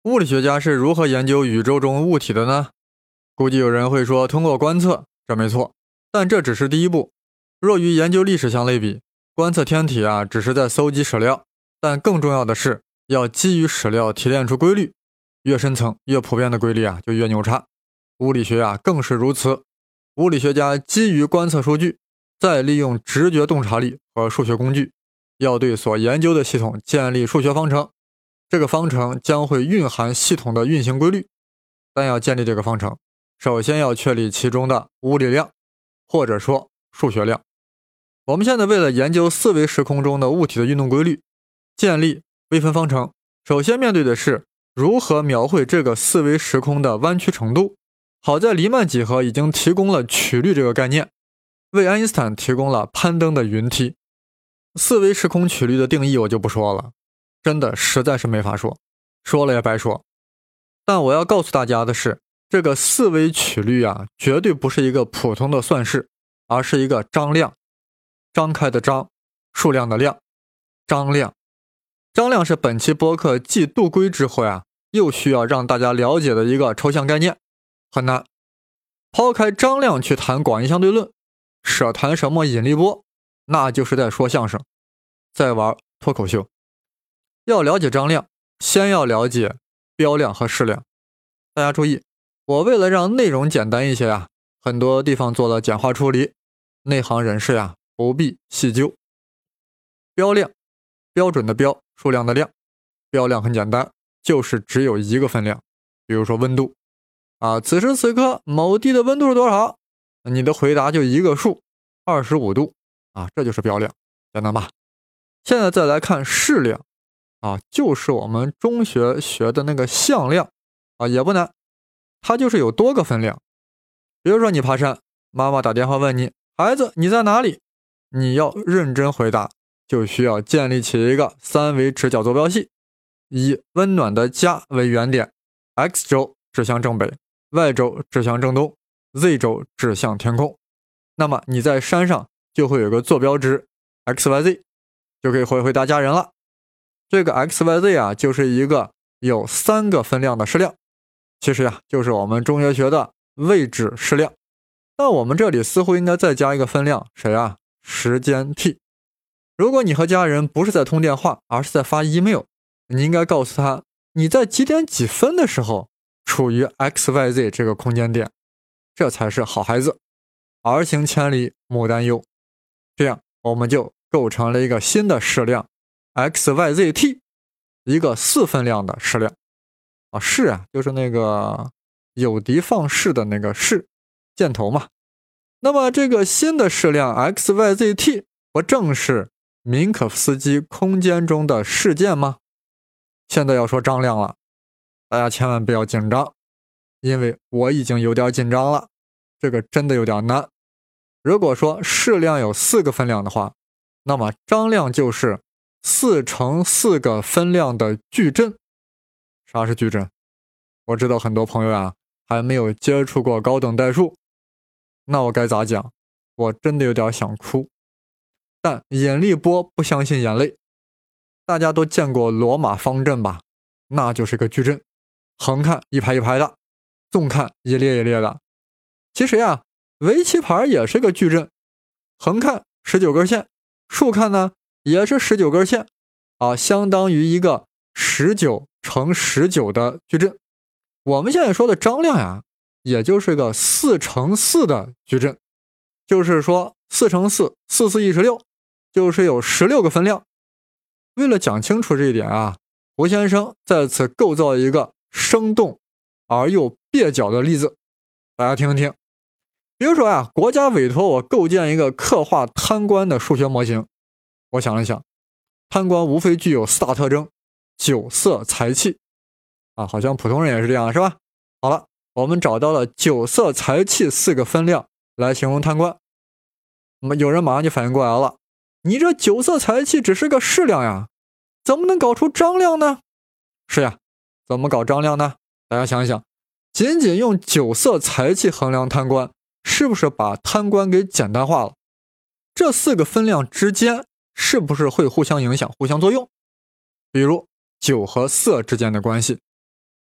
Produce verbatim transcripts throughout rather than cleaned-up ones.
物理学家是如何研究宇宙中物体的呢？估计有人会说通过观测，这没错，但这只是第一步。若与研究历史相类比，观测天体啊只是在搜集史料，但更重要的是要基于史料提炼出规律，越深层越普遍的规律啊就越牛叉。物理学啊更是如此。物理学家基于观测数据，再利用直觉洞察力和数学工具，要对所研究的系统建立数学方程。这个方程将会蕴含系统的运行规律，但要建立这个方程，首先要确立其中的物理量，或者说数学量。我们现在为了研究四维时空中的物体的运动规律，建立微分方程，首先面对的是如何描绘这个四维时空的弯曲程度。好在黎曼几何已经提供了曲率这个概念，为爱因斯坦提供了攀登的云梯。四维时空曲率的定义我就不说了，真的实在是没法说，说了也白说。但我要告诉大家的是，这个四维曲率啊，绝对不是一个普通的算式，而是一个张量，张开的张，数量的量，张量。张量是本期播客继度规之后呀、啊，又需要让大家了解的一个抽象概念，很难。抛开张量去谈广义相对论，舍谈什么引力波，那就是在说相声，在玩脱口秀。要了解张量，先要了解标量和矢量。大家注意，我为了让内容简单一些啊，很多地方做了简化处理，内行人士呀不必细究。标量，标准的标，数量的量。标量很简单，就是只有一个分量，比如说温度啊，此时此刻某地的温度是多少？你的回答就一个数，二十五度啊，这就是标量，简单吧？现在再来看矢量啊，就是我们中学学的那个向量啊，也不难，它就是有多个分量。比如说你爬山，妈妈打电话问你，孩子你在哪里？你要认真回答，就需要建立起一个三维直角坐标系，以温暖的家为原点， X 轴指向正北，Y 轴指向正东， Z 轴指向天空。那么你在山上就会有个坐标值 X Y Z， 就可以回回答家人了。这个 X Y Z 啊，就是一个有三个分量的矢量，其实呀、啊，就是我们中学学的位置矢量。那我们这里似乎应该再加一个分量，谁啊？时间 t。如果你和家人不是在通电话，而是在发 email， 你应该告诉他你在几点几分的时候处于 X Y Z 这个空间点，这才是好孩子。儿行千里母担忧，这样我们就构成了一个新的矢量 X Y Z T， 一个四分量的矢量啊，矢啊就是那个有的放矢的那个矢，箭头嘛。那么这个新的矢量 X Y Z T 不正是明可夫斯基空间中的事件吗？现在要说张量了，大家千万不要紧张，因为我已经有点紧张了，这个真的有点难。如果说矢量有四个分量的话，那么张量就是四乘四个分量的矩阵。啥是矩阵？我知道很多朋友啊还没有接触过高等代数，那我该咋讲？我真的有点想哭。但引力波不相信眼泪，大家都见过罗马方阵吧？那就是个矩阵，横看一排一排的，纵看一列一列的。其实呀，围棋盘也是个矩阵，横看十九根线，竖看呢也是十九根线啊，相当于一个十九乘十九的矩阵。我们现在说的张量呀，也就是个四乘四的矩阵，就是说四乘四，四四一十六，就是有十六个分量。为了讲清楚这一点啊，胡先生在此构造一个生动而又蹩脚的例子，大家听听。比如说啊，国家委托我构建一个刻画贪官的数学模型。我想了想，贪官无非具有四大特征：酒色财气啊，好像普通人也是这样，是吧？好了，我们找到了酒色财气四个分量来形容贪官。那么有人马上就反应过来了，你这酒色财气只是个矢量呀，怎么能搞出张量呢？是呀，怎么搞张量呢？大家想一想，仅仅用酒色财气衡量贪官，是不是把贪官给简单化了？这四个分量之间是不是会互相影响、互相作用？比如酒和色之间的关系，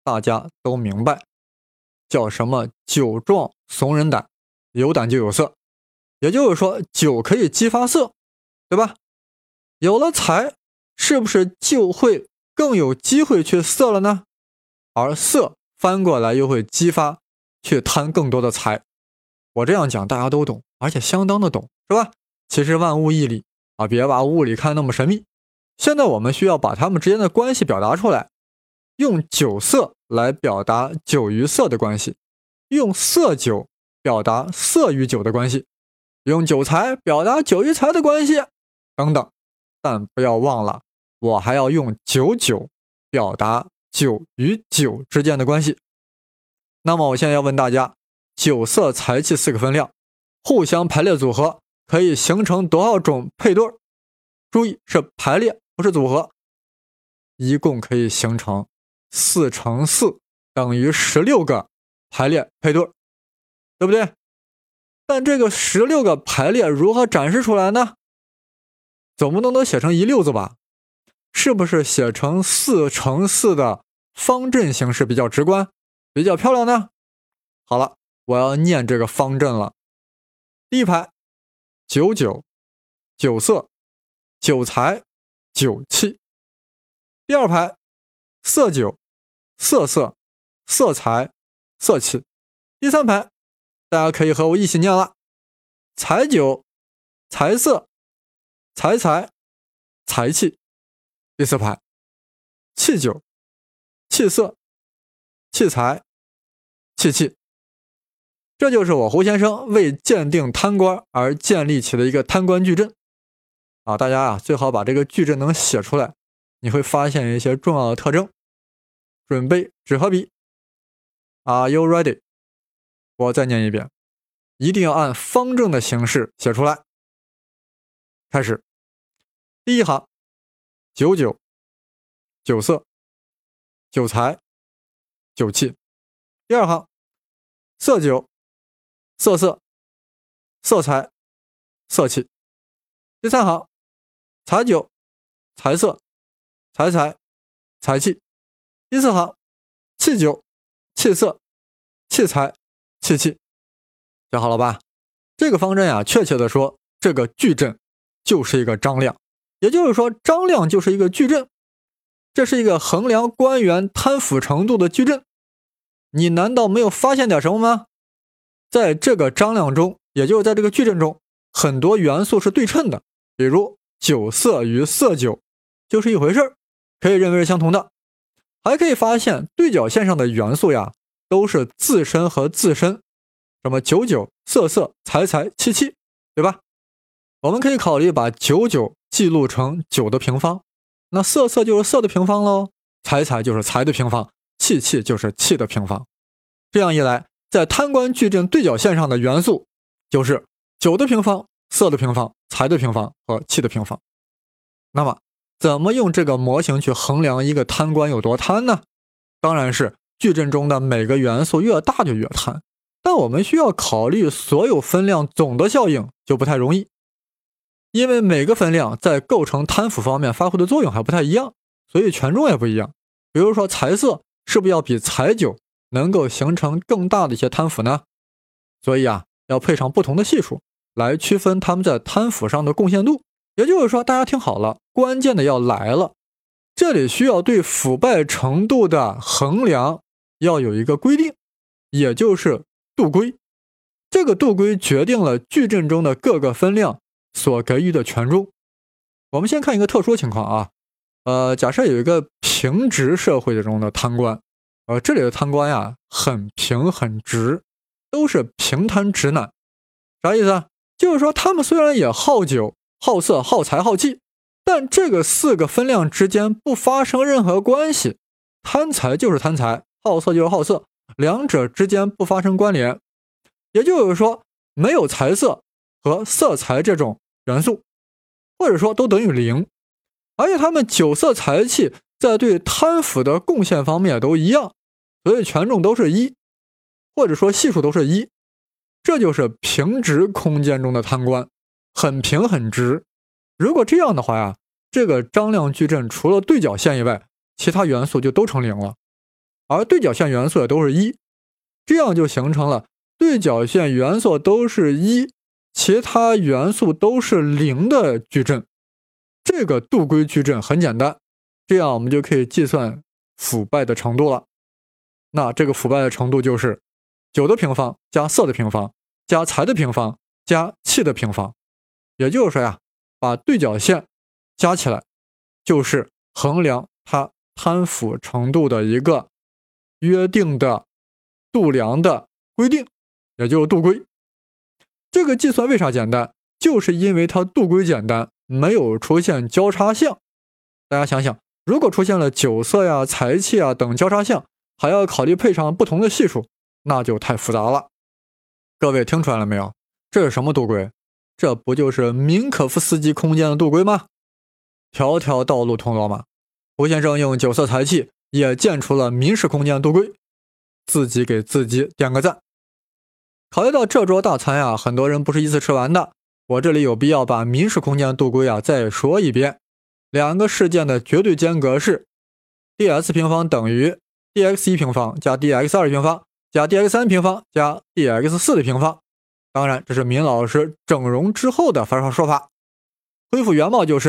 大家都明白，叫什么酒壮怂人胆，有胆就有色。也就是说，酒可以激发色，对吧？有了财，是不是就会更有机会去色了呢？而色翻过来又会激发去贪更多的财。我这样讲大家都懂，而且相当的懂，是吧？其实万物一理啊，别把物理看那么神秘。现在我们需要把它们之间的关系表达出来，用酒色来表达酒与色的关系，用色酒表达色与酒的关系，用酒财表达酒与财的关系，等等。但不要忘了，我还要用酒酒表达酒与酒之间的关系。那么我现在要问大家，酒色财气四个分量互相排列组合可以形成多少种配对？注意是排列，不是组合。一共可以形成四乘四等于十六个排列配对，对不对？但这个十六个排列如何展示出来呢？总不能都写成一溜子吧？是不是写成四乘四的方阵形式比较直观，比较漂亮呢？好了，我要念这个方阵了。第一排，酒酒、酒色、酒财、酒气。第二排，色酒、色色、色财、色气。第三排，大家可以和我一起念了，财酒、财色、财财、财气。第四排，气酒、气色、气财、气气。这就是我胡先生为鉴定贪官而建立起的一个贪官矩阵啊！大家啊，最好把这个矩阵能写出来，你会发现一些重要的特征。准备纸和笔 ，Are you ready？ 我再念一遍，一定要按方正的形式写出来。开始，第一行，酒酒、酒色、酒财、酒气。第二行，色酒、色色、色财、色气。第三行，财酒、财色、财财、财气。第四行，气酒、气色、气财、气气。写好了吧？这个方阵啊，确切的说，这个矩阵就是一个张量，也就是说张量就是一个矩阵，这是一个衡量官员贪腐程度的矩阵。你难道没有发现点什么吗？在这个张量中，也就是在这个矩阵中，很多元素是对称的，比如酒色与色酒就是一回事，可以认为是相同的。还可以发现对角线上的元素呀，都是自身和自身，什么酒酒、色色、财财、气气，对吧？我们可以考虑把酒酒记录成酒的平方，那色色就是色的平方咯，财财就是财的平方，气气就是气的平方。这样一来，在贪官矩阵对角线上的元素就是酒的平方、色的平方、财的平方和气的平方。那么怎么用这个模型去衡量一个贪官有多贪呢？当然是矩阵中的每个元素越大就越贪，但我们需要考虑所有分量总的效应就不太容易，因为每个分量在构成贪腐方面发挥的作用还不太一样，所以权重也不一样。比如说财色是不是要比财酒能够形成更大的一些贪腐呢？所以啊，要配上不同的系数来区分他们在贪腐上的贡献度。也就是说，大家听好了，关键的要来了，这里需要对腐败程度的衡量要有一个规定，也就是度规。这个度规决定了矩阵中的各个分量所给予的权重。我们先看一个特殊情况啊，呃，假设有一个平直社会中的贪官，呃，这里的贪官呀，很平很直，都是平贪直男。啥意思啊？就是说他们虽然也好酒、好色、好财、好气，但这个四个分量之间不发生任何关系，贪财就是贪财，好色就是好色，两者之间不发生关联。也就是说，没有财色和色财这种元素，或者说都等于零。而且他们酒色财气在对贪腐的贡献方面都一样，所以权重都是一，或者说系数都是一。这就是平直空间中的贪官，很平很直。如果这样的话呀，这个张量矩阵除了对角线以外，其他元素就都成零了。 而对角线元素也都是一，这样就形成了对角线元素都是一，其他元素都是零的矩阵。这个杜归矩阵很简单，这样我们就可以计算腐败的程度了。那这个腐败的程度就是酒的平方加色的平方加财的平方加气的平方。也就是说呀，把对角线加起来，就是衡量它贪腐程度的一个约定的度量的规定，也就是度归。这个计算为啥简单？就是因为它度归简单，没有出现交叉项。大家想想，如果出现了酒色呀、财气啊等交叉项，还要考虑配上不同的系数，那就太复杂了。各位听出来了没有？这是什么度归？这不就是明可夫斯基空间的度归吗？条条道路通罗马，胡先生用酒色财气也建出了民事空间的度归，自己给自己点个赞。考虑到这桌大餐呀，很多人不是一次吃完的，我这里有必要把民事空间的度归啊再说一遍。两个事件的绝对间隔是 ds 平方等于 dx 一 平方加 dx 二 平方加 dx 三 平方加 dx 四 的平方。当然，这是闵老师整容之后的发说法。恢复原貌就是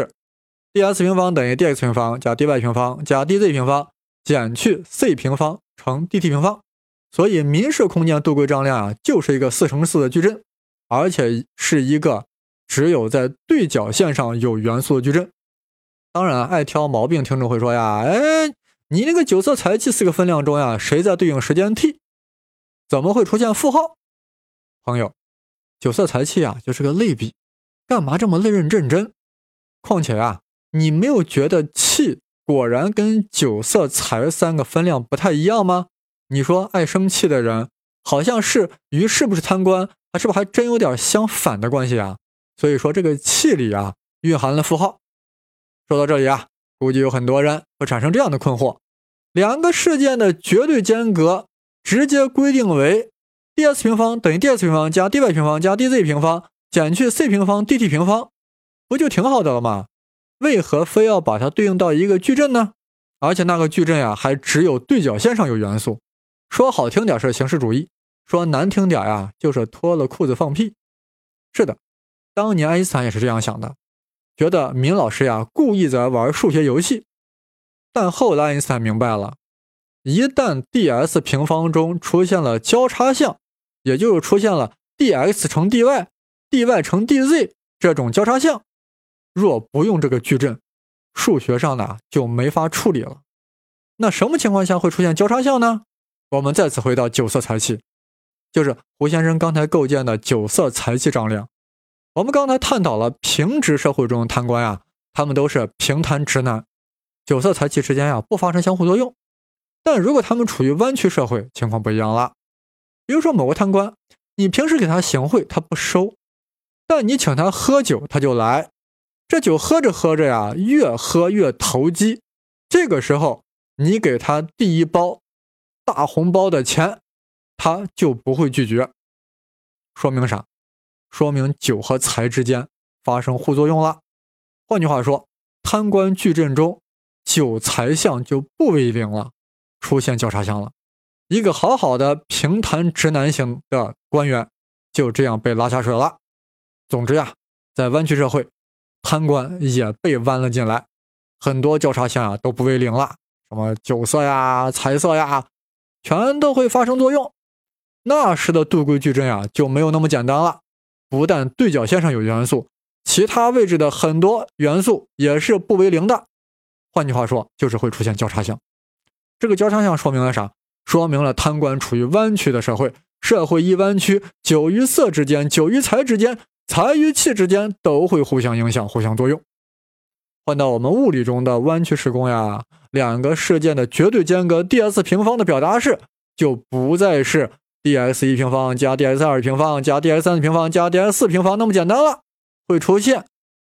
ds 平方等于 dx 平方加 dy 平方加 dz 平方减去 c 平方乘 dt 平方。所以民事空间度归张量啊，就是一个四乘四的矩阵，而且是一个只有在对角线上有元素的矩阵。当然，爱挑毛病听众会说呀，哎，你那个酒色财气四个分量中呀，谁在对应时间 t？ 怎么会出现负号？朋友，酒色财气啊，就是个类比，干嘛这么认认真真？况且啊，你没有觉得气果然跟酒色财三个分量不太一样吗？你说爱生气的人，好像是与是不是贪官，是不是还真有点相反的关系啊？所以说这个气里啊，蕴含了负号。说到这里啊，估计有很多人会产生这样的困惑：两个事件的绝对间隔直接规定为 ds 平方等于 ds 平方加 dy 平方加 dz 平方减去 c 平方 dt 平方，不就挺好的了吗？为何非要把它对应到一个矩阵呢？而且那个矩阵呀、啊，还只有对角线上有元素。说好听点是形式主义，说难听点呀，就是脱了裤子放屁。是的，当年爱因斯坦也是这样想的，觉得闵老师呀故意在玩数学游戏。但后来爱因斯坦明白了，一旦 ds 平方中出现了交叉项，也就是出现了 dx 乘 dy、dy 乘 dz 这种交叉项，若不用这个矩阵，数学上呢就没法处理了。那什么情况下会出现交叉项呢？我们再次回到酒色财气，就是胡先生刚才构建的酒色财气张量。我们刚才探讨了平直社会中的贪官呀，他们都是平贪直男，酒色财气之间呀不发生相互作用。但如果他们处于弯曲社会，情况不一样了。比如说某个贪官，你平时给他行贿他不收，但你请他喝酒他就来，这酒喝着喝着呀，越喝越投机。这个时候你给他第一包大红包的钱，他就不会拒绝。说明啥？说明酒和财之间发生互作用了。换句话说，贪官矩阵中酒财项就不为零了，出现交叉项了。一个好好的平谈直男型的官员就这样被拉下水了。总之呀，在弯曲社会，贪官也被弯了进来，很多交叉项啊都不为零了，什么酒色呀、财色呀，全都会发生作用。那时的度归矩阵啊就没有那么简单了，不但对角线上有元素，其他位置的很多元素也是不为零的。换句话说，就是会出现交叉项。这个交叉项说明了啥？说明了贪官处于弯曲的社会，社会一弯曲，酒与色之间、酒与财之间、财与气之间都会互相影响、互相作用。换到我们物理中的弯曲时空呀，两个事件的绝对间隔 ds 平方的表达式就不再是 dx 一 平方加 dx 二 平方加 dx 三 平方加 dx 四 平方那么简单了，会出现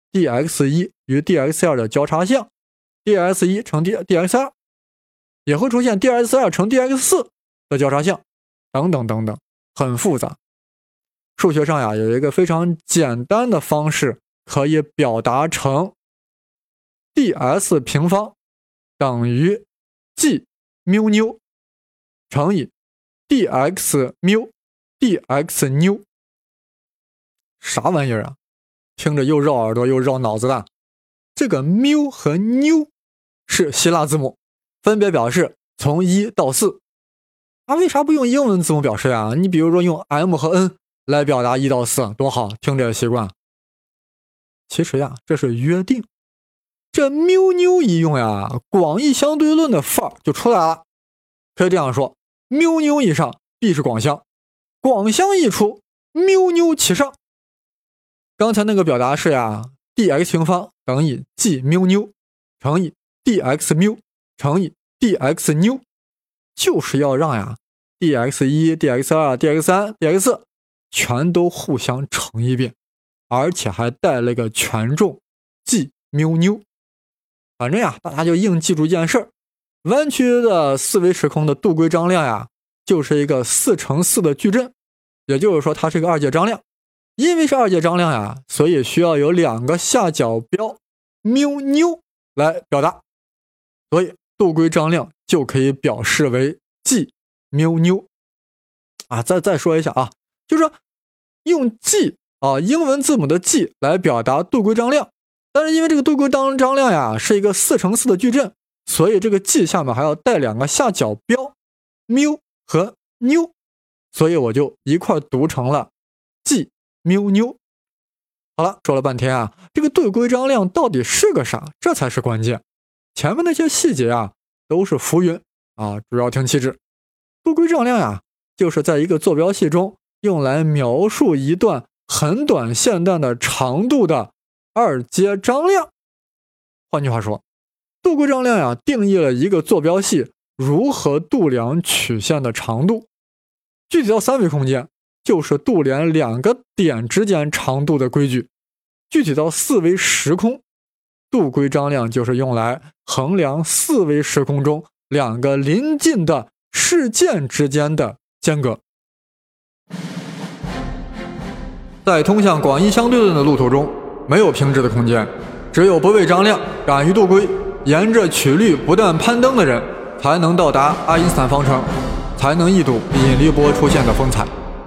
dx 一 与 dx 二 的交叉项， dx 一 乘 dx 二， 也会出现 dx 二 乘 dx 四 的交叉项，等等等等，很复杂。数学上呀有一个非常简单的方式可以表达成 ds 平方等于 g 缪妞乘以 dx mu dx nu。啥玩意儿啊？听着又绕耳朵又绕脑子的。这个 mu 和 nu 是希腊字母，分别表示从一到四。啊，为啥不用英文字母表示呀？你比如说用 m 和 n 来表达一到四，多好，听着也习惯。其实呀，这是约定。这 mu nu 一用呀，广义相对论的范儿就出来了。可以这样说 ，mu nu 以上必是广相，广相一出 ，mu nu 其上。刚才那个表达式呀 ，dx 平方等于 g mu nu 乘以 dx mu 乘以 dx nu， 就是要让呀 dx 一、dx 二、dx 三、dx 四全都互相乘一遍，而且还带了个权重 g mu nu。反正呀，大家就硬记住一件事儿：弯曲的四维时空的度规张量呀，就是一个四乘四的矩阵，也就是说它是一个二阶张量。因为是二阶张量呀，所以需要有两个下角标 mu nu 来表达，所以度规张量就可以表示为 g mu nu。啊，再再说一下啊，就是说用 g 啊英文字母的 g 来表达度规张量。但是因为这个度规张张量呀是一个四乘四的矩阵，所以这个 g 下面还要带两个下角标 mu 和 nu， 所以我就一块读成了 g mu nu。 好了，说了半天啊，这个度规张量到底是个啥？这才是关键。前面那些细节啊都是浮云啊，主要听气质。度规张量呀，就是在一个坐标系中用来描述一段很短线段的长度的二阶张量。换句话说，度规张量呀，定义了一个坐标系如何度量曲线的长度。具体到三维空间，就是度量两个点之间长度的规矩；具体到四维时空，度规张量就是用来衡量四维时空中两个邻近的事件之间的间隔。在通向广义相对论的路途中，没有平直的空间，只有不畏张量，敢于度规，沿着曲率不断攀登的人，才能到达爱因斯坦方程，才能一睹引力波出现的风采。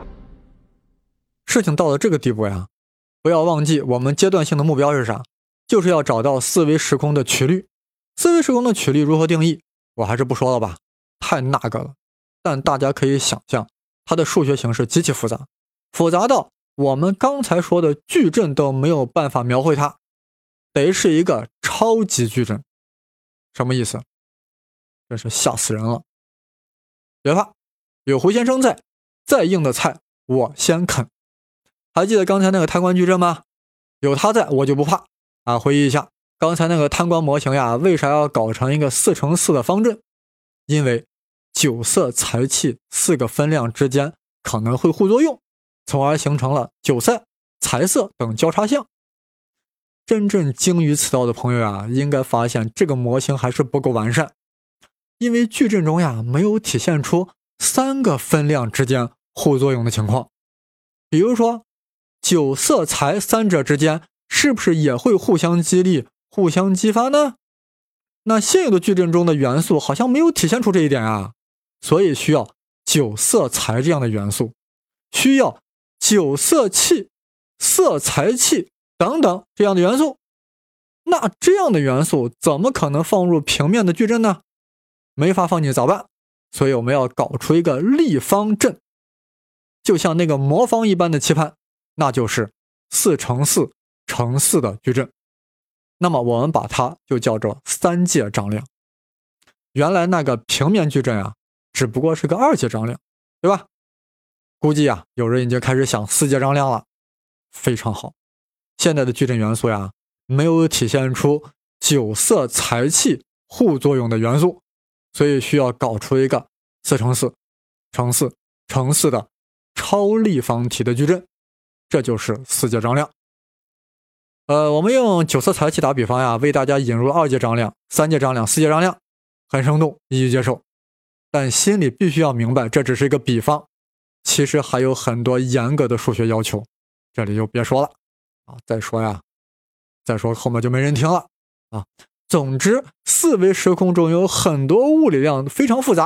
事情到了这个地步呀，不要忘记我们阶段性的目标是啥，就是要找到四维时空的曲率。四维时空的曲率如何定义，我还是不说了吧，太那个了。但大家可以想象，它的数学形式极其复杂，复杂到我们刚才说的矩阵都没有办法描绘它，得是一个超级矩阵。什么意思？真是吓死人了。别怕，有胡先生在，再硬的菜我先啃。还记得刚才那个贪官矩阵吗？有他在，我就不怕啊！回忆一下，刚才那个贪官模型呀，为啥要搞成一个四乘四的方阵？因为酒色财气四个分量之间可能会互作用，从而形成了酒色、财色等交叉项。真正精于此道的朋友呀，应该发现这个模型还是不够完善，因为矩阵中呀没有体现出三个分量之间互作用的情况。比如说酒色财三者之间是不是也会互相激励、互相激发呢？那现有的矩阵中的元素好像没有体现出这一点啊，所以需要酒色财这样的元素，需要酒色气、色财气等等这样的元素。那这样的元素怎么可能放入平面的矩阵呢？没法放进早办，所以我们要搞出一个立方阵，就像那个魔方一般的棋盘，那就是四乘四乘四的矩阵。那么我们把它就叫做三阶张量。原来那个平面矩阵啊，只不过是个二阶张量，对吧？估计啊，有人已经开始想四阶张量了。非常好，现在的矩阵元素呀，没有体现出酒色财气互作用的元素，所以需要搞出一个四乘四乘四乘四的超立方体的矩阵，这就是四阶张量。呃，我们用酒色财气打比方呀，为大家引入二阶张量、三阶张量、四阶张量，很生动，易于接受。但心里必须要明白，这只是一个比方，其实还有很多严格的数学要求，这里就别说了啊。再说呀，再说后面就没人听了啊。总之，四维时空中有很多物理量非常复杂，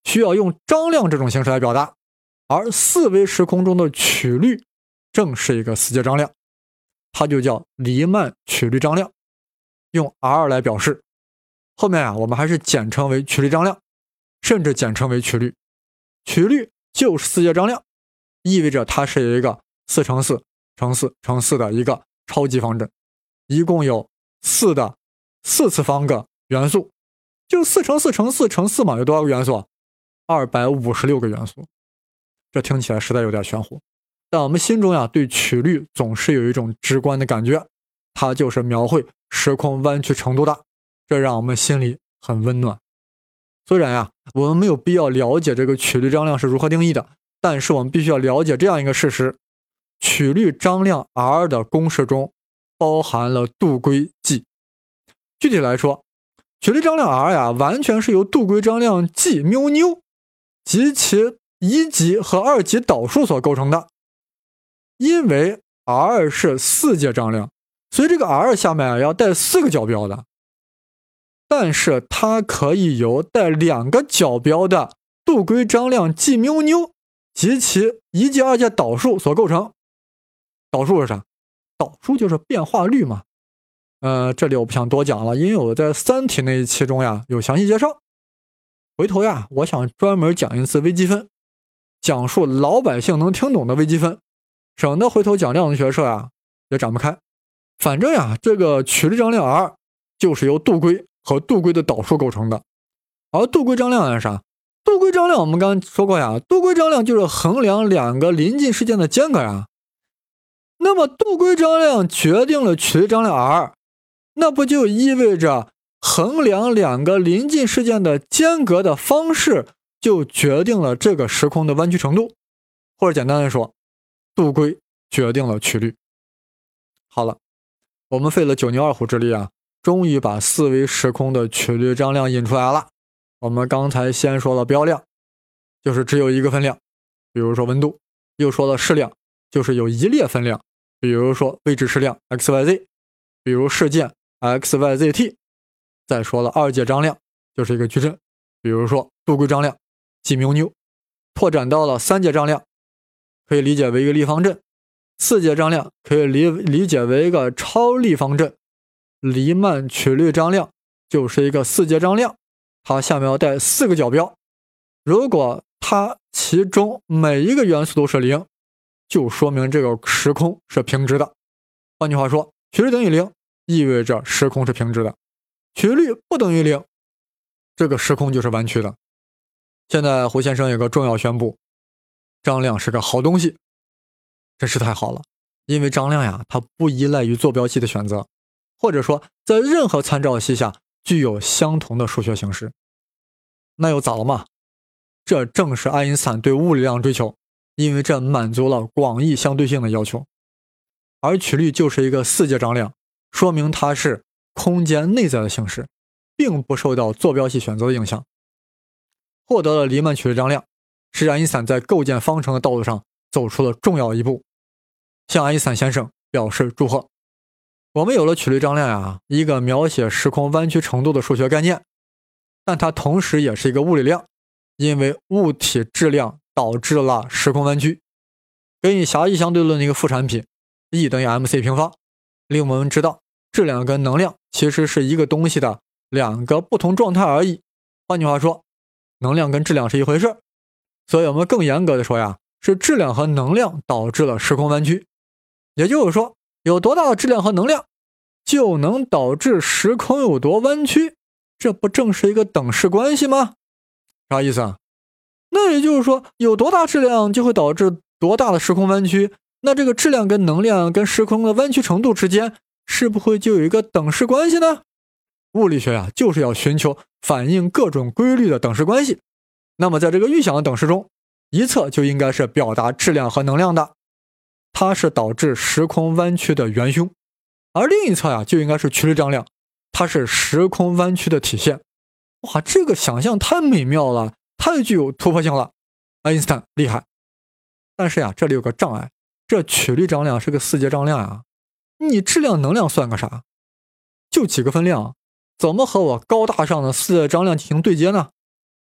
需要用张量这种形式来表达，而四维时空中的曲率正是一个四阶张量，它就叫黎曼曲率张量，用 R 来表示。后面啊，我们还是简称为曲率张量，甚至简称为曲率。曲率就是四阶张量，意味着它是一个四乘四乘四乘四的一个超级方阵，一共有四的四次方个元素，就四乘四乘四乘四嘛，有多少个元素？二百五十六个元素。这听起来实在有点玄乎，但我们心中呀，对曲率总是有一种直观的感觉，它就是描绘时空弯曲程度大，这让我们心里很温暖。虽然呀，我们没有必要了解这个曲率张量是如何定义的，但是我们必须要了解这样一个事实：曲率张量 R 的公式中包含了度规 G。具体来说，曲率张量 R 呀，完全是由度规张量 G 缪妞及其一级和二级导数所构成的。因为 R 是四阶张量，所以这个 R 下面要带四个角标的。但是它可以由带两个角标的度规张量 G 缪妞及其一阶二阶导数所构成。导数是啥？导数就是变化率嘛。呃，这里我不想多讲了，因为我在三体那一期中呀有详细介绍。回头呀，我想专门讲一次微积分，讲述老百姓能听懂的微积分，省得回头讲量子学社呀也展不开。反正呀，这个曲率张量 R 就是由度规和度规的导数构成的。而度规张量是啥？度规张量我们刚刚说过呀，度规张量就是衡量两个临近事件的间隔呀。那么度规张量决定了曲率张量 R， 那不就意味着衡量两个临近事件的间隔的方式就决定了这个时空的弯曲程度，或者简单的说，度规决定了曲率。好了，我们费了九牛二虎之力啊，终于把四维时空的曲率张量引出来了。我们刚才先说了标量，就是只有一个分量，比如说温度；又说了矢量，就是有一列分量，比如说未知矢量 X Y Z， 比如事件 X Y Z T。再说了二阶张量，就是一个矩阵，比如说度规张量 G 缪妞。拓展到了三阶张量，可以理解为一个立方阵；四阶张量可以理理解为一个超立方阵。黎曼曲率张量就是一个四阶张量，它下面要带四个角标。如果它其中每一个元素都是零，就说明这个时空是平直的。换句话说，曲率等于零，意味着时空是平直的；曲率不等于零，这个时空就是弯曲的。现在胡先生有个重要宣布，张量是个好东西，真是太好了。因为张量呀，它不依赖于坐标系的选择，或者说在任何参照系下具有相同的数学形式。那又咋了嘛？这正是爱因斯坦对物理量追求，因为这满足了广义相对性的要求。而曲率就是一个四阶张量，说明它是空间内在的形式，并不受到坐标系选择的影响。获得了黎曼曲率张量，是爱因斯坦在构建方程的道路上走出了重要一步，向爱因斯坦先生表示祝贺。我们有了曲率张量呀，一个描写时空弯曲程度的数学概念，但它同时也是一个物理量，因为物体质量导致了时空弯曲。给你狭义相对论的一个副产品 E 等于 mc 平方，令我们知道质量跟能量其实是一个东西的两个不同状态而已。换句话说，能量跟质量是一回事，所以我们更严格的说呀，是质量和能量导致了时空弯曲。也就是说，有多大的质量和能量，就能导致时空有多弯曲，这不正是一个等式关系吗？啥意思啊？那也就是说，有多大质量就会导致多大的时空弯曲，那这个质量跟能量跟时空的弯曲程度之间，是不会就有一个等式关系呢？物理学呀、啊，就是要寻求反映各种规律的等式关系。那么在这个预想的等式中，一侧就应该是表达质量和能量的，它是导致时空弯曲的元凶；而另一侧呀、啊，就应该是曲率张量，它是时空弯曲的体现。哇，这个想象太美妙了，太具有突破性了，爱因斯坦厉害。但是呀，这里有个障碍，这曲率张量是个四阶张量呀，你质量能量算个啥？就几个分量，怎么和我高大上的四阶张量进行对接呢？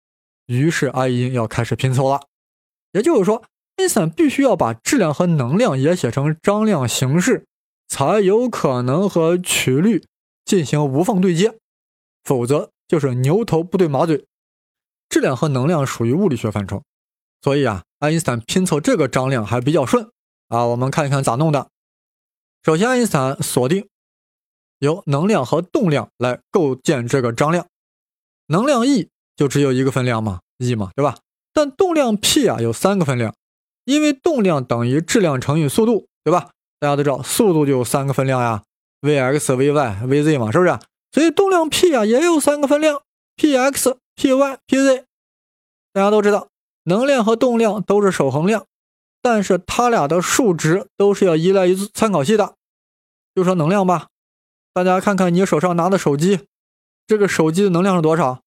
于是爱因要开始拼凑了。也就是说，爱因斯坦必须要把质量和能量也写成张量形式，才有可能和曲率进行无缝对接，否则就是牛头不对马嘴。质量和能量属于物理学范畴，所以啊，爱因斯坦拼凑这个张量还比较顺啊。我们看一看咋弄的。首先，爱因斯坦锁定由能量和动量来构建这个张量。能量 E 就只有一个分量嘛 ，E 嘛，对吧？但动量 P 啊有三个分量，因为动量等于质量乘以速度，对吧？大家都知道速度就有三个分量呀 ，Vx、Vy、Vz 嘛，是不是？所以动量 P 啊也有三个分量 ，Px、Py、Pz。大家都知道，能量和动量都是守恒量，但是它俩的数值都是要依赖于参考系的。就说能量吧，大家看看你手上拿的手机，这个手机的能量是多少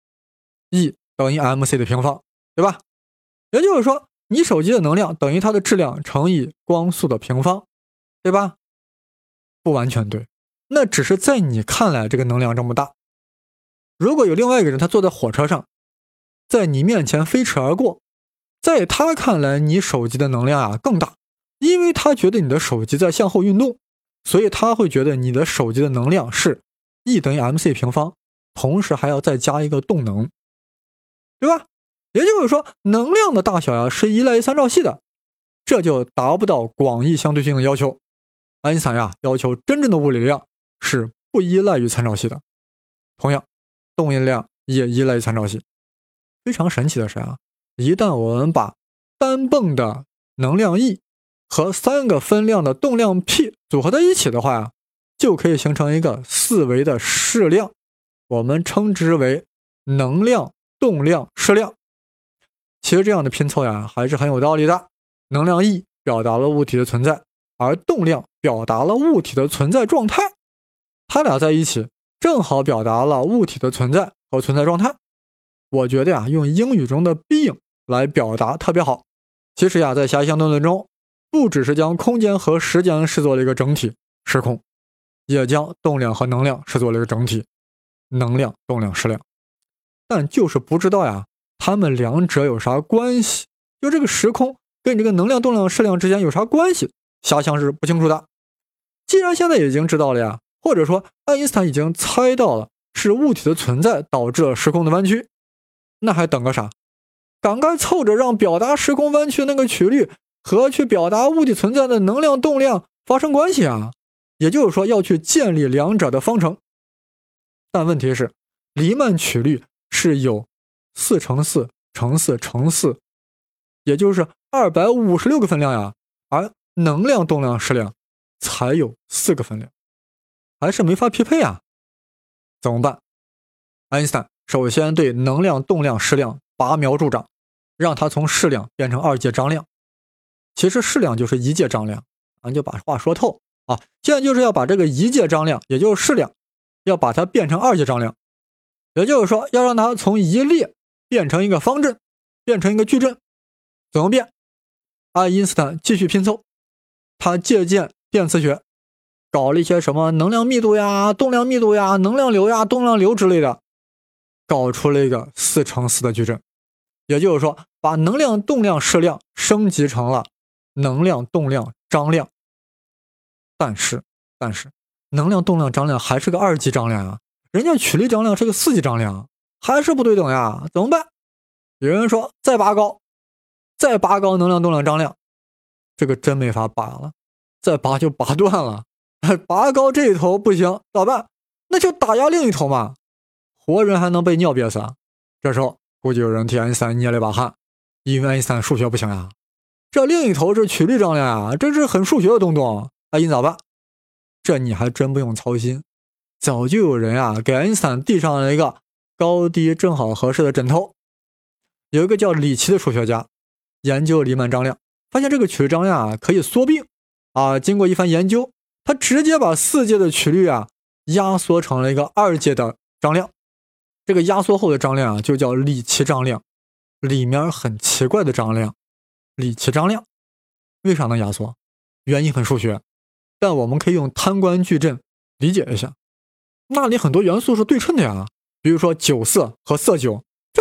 ？E 等于 mc 的平方，对吧？也就是说，你手机的能量等于它的质量乘以光速的平方，对吧？不完全对，那只是在你看来这个能量这么大。如果有另外一个人，他坐在火车上，在你面前飞驰而过，在他看来你手机的能量啊更大，因为他觉得你的手机在向后运动，所以他会觉得你的手机的能量是 E 等于 mc 平方，同时还要再加一个动能，对吧？也就是说，能量的大小呀是依赖于参照系的，这就达不到广义相对性的要求。爱因斯坦呀要求真正的物理量是不依赖于参照系的，同样，动因量也依赖于参照系。非常神奇的是啊，一旦我们把单泵的能量 E 和三个分量的动量 P 组合在一起的话呀，就可以形成一个四维的矢量，我们称之为能量动量矢量。其实这样的拼凑呀还是很有道理的。能量 E 表达了物体的存在，而动量表达了物体的存在状态，它俩在一起正好表达了物体的存在和存在状态。我觉得呀，用英语中的 being 来表达特别好。其实呀，在狭义相对论中，不只是将空间和时间视作了一个整体，时空，也将动量和能量视作了一个整体，能量、动量、矢量。但就是不知道呀，它们两者有啥关系？就这个时空跟这个能量、动量、矢量之间有啥关系？遐想是不清楚的。既然现在已经知道了呀，或者说爱因斯坦已经猜到了是物体的存在导致了时空的弯曲，那还等个啥？赶快凑着让表达时空弯曲那个曲率和去表达物体存在的能量动量发生关系啊！也就是说要去建立两者的方程。但问题是，黎曼曲率是有四乘四乘四乘四，也就是二百五十六个分量呀，而能量动量矢量才有四个分量，还是没法匹配啊！怎么办？爱因斯坦首先对能量动量矢量拔苗助长，让它从矢量变成二阶张量。其实矢量就是一阶张量，咱就把话说透啊。现在就是要把这个一阶张量，也就是矢量，要把它变成二阶张量，也就是说要让它从一列变成一个方阵，变成一个矩阵。怎么变？爱因斯坦继续拼凑，他借鉴电磁学，搞了一些什么能量密度呀、动量密度呀、能量流呀、动量流之类的，搞出了一个四乘四的矩阵。也就是说，把能量动量矢量升级成了能量动量张量。但是但是能量动量张量还是个二级张量啊，人家曲率张量是个四级张量，还是不对等呀，怎么办？有人说再拔高，再拔高能量动量张量，这个真没法拔了，再拔就拔断了。拔高这一头不行，咋办？那就打压另一头嘛，活人还能被尿憋死啊！这时候估计有人替爱因斯坦捏了一把汗，因为爱因斯坦数学不行呀，这另一头是曲率张量呀，这是很数学的东东，爱因咋办？这你还真不用操心，早就有人啊给爱因斯坦递上了一个高低正好合适的枕头。有一个叫里奇的数学家研究黎曼张量，发现这个曲率张量啊可以缩并啊，经过一番研究，他直接把四阶的曲率啊压缩成了一个二阶的张量。这个压缩后的张量啊就叫里奇张量，里面很奇怪的张量，里奇张量。为啥能压缩？原因很数学，但我们可以用贪官矩阵理解一下。那里很多元素是对称的呀，比如说酒色和色酒，这两个元素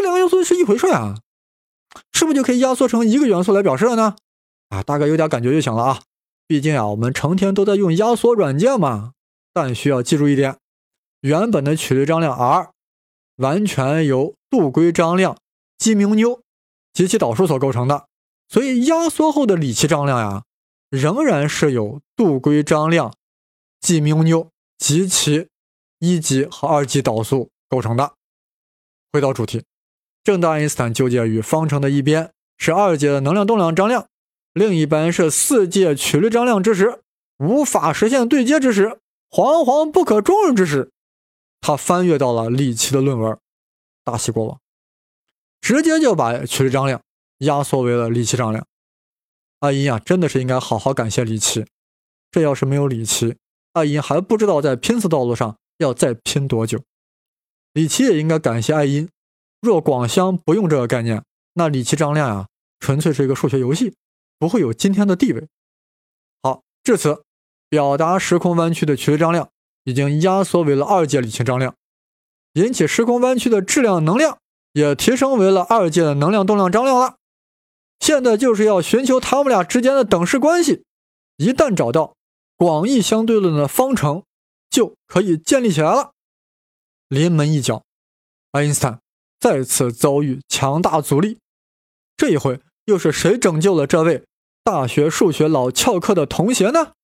不是一回事啊？是不是就可以压缩成一个元素来表示了呢？啊，大概有点感觉就行了啊。毕竟啊，我们成天都在用压缩软件嘛。但需要记住一点，原本的曲率张量 R 完全由度规张量 G mu 纽及其导数所构成的，所以压缩后的理气张量呀，仍然是由度规张量 G mu 纽及其一级和二级导数构成的。回到主题，正当爱因斯坦纠结于方程的一边是二阶的能量动量张量，另一边是四阶曲率张量之时，无法实现对接之时，惶惶不可终日之时，他翻阅到了里奇的论文，大喜过望，直接就把曲率张量压缩为了里奇张量。爱因啊，真的是应该好好感谢里奇，这要是没有里奇，爱因还不知道在拼死道路上要再拼多久。里奇也应该感谢爱因，若广相不用这个概念，那里奇张量啊，纯粹是一个数学游戏，不会有今天的地位。好，至此表达时空弯曲的曲率张量已经压缩为了二阶理气张量，引起时空弯曲的质量能量也提升为了二阶的能量动量张量了。现在就是要寻求它们俩之间的等式关系，一旦找到，广义相对论的方程就可以建立起来了。临门一脚，爱因斯坦再次遭遇强大阻力，这一回又是谁拯救了这位大学数学老翘课的同学呢？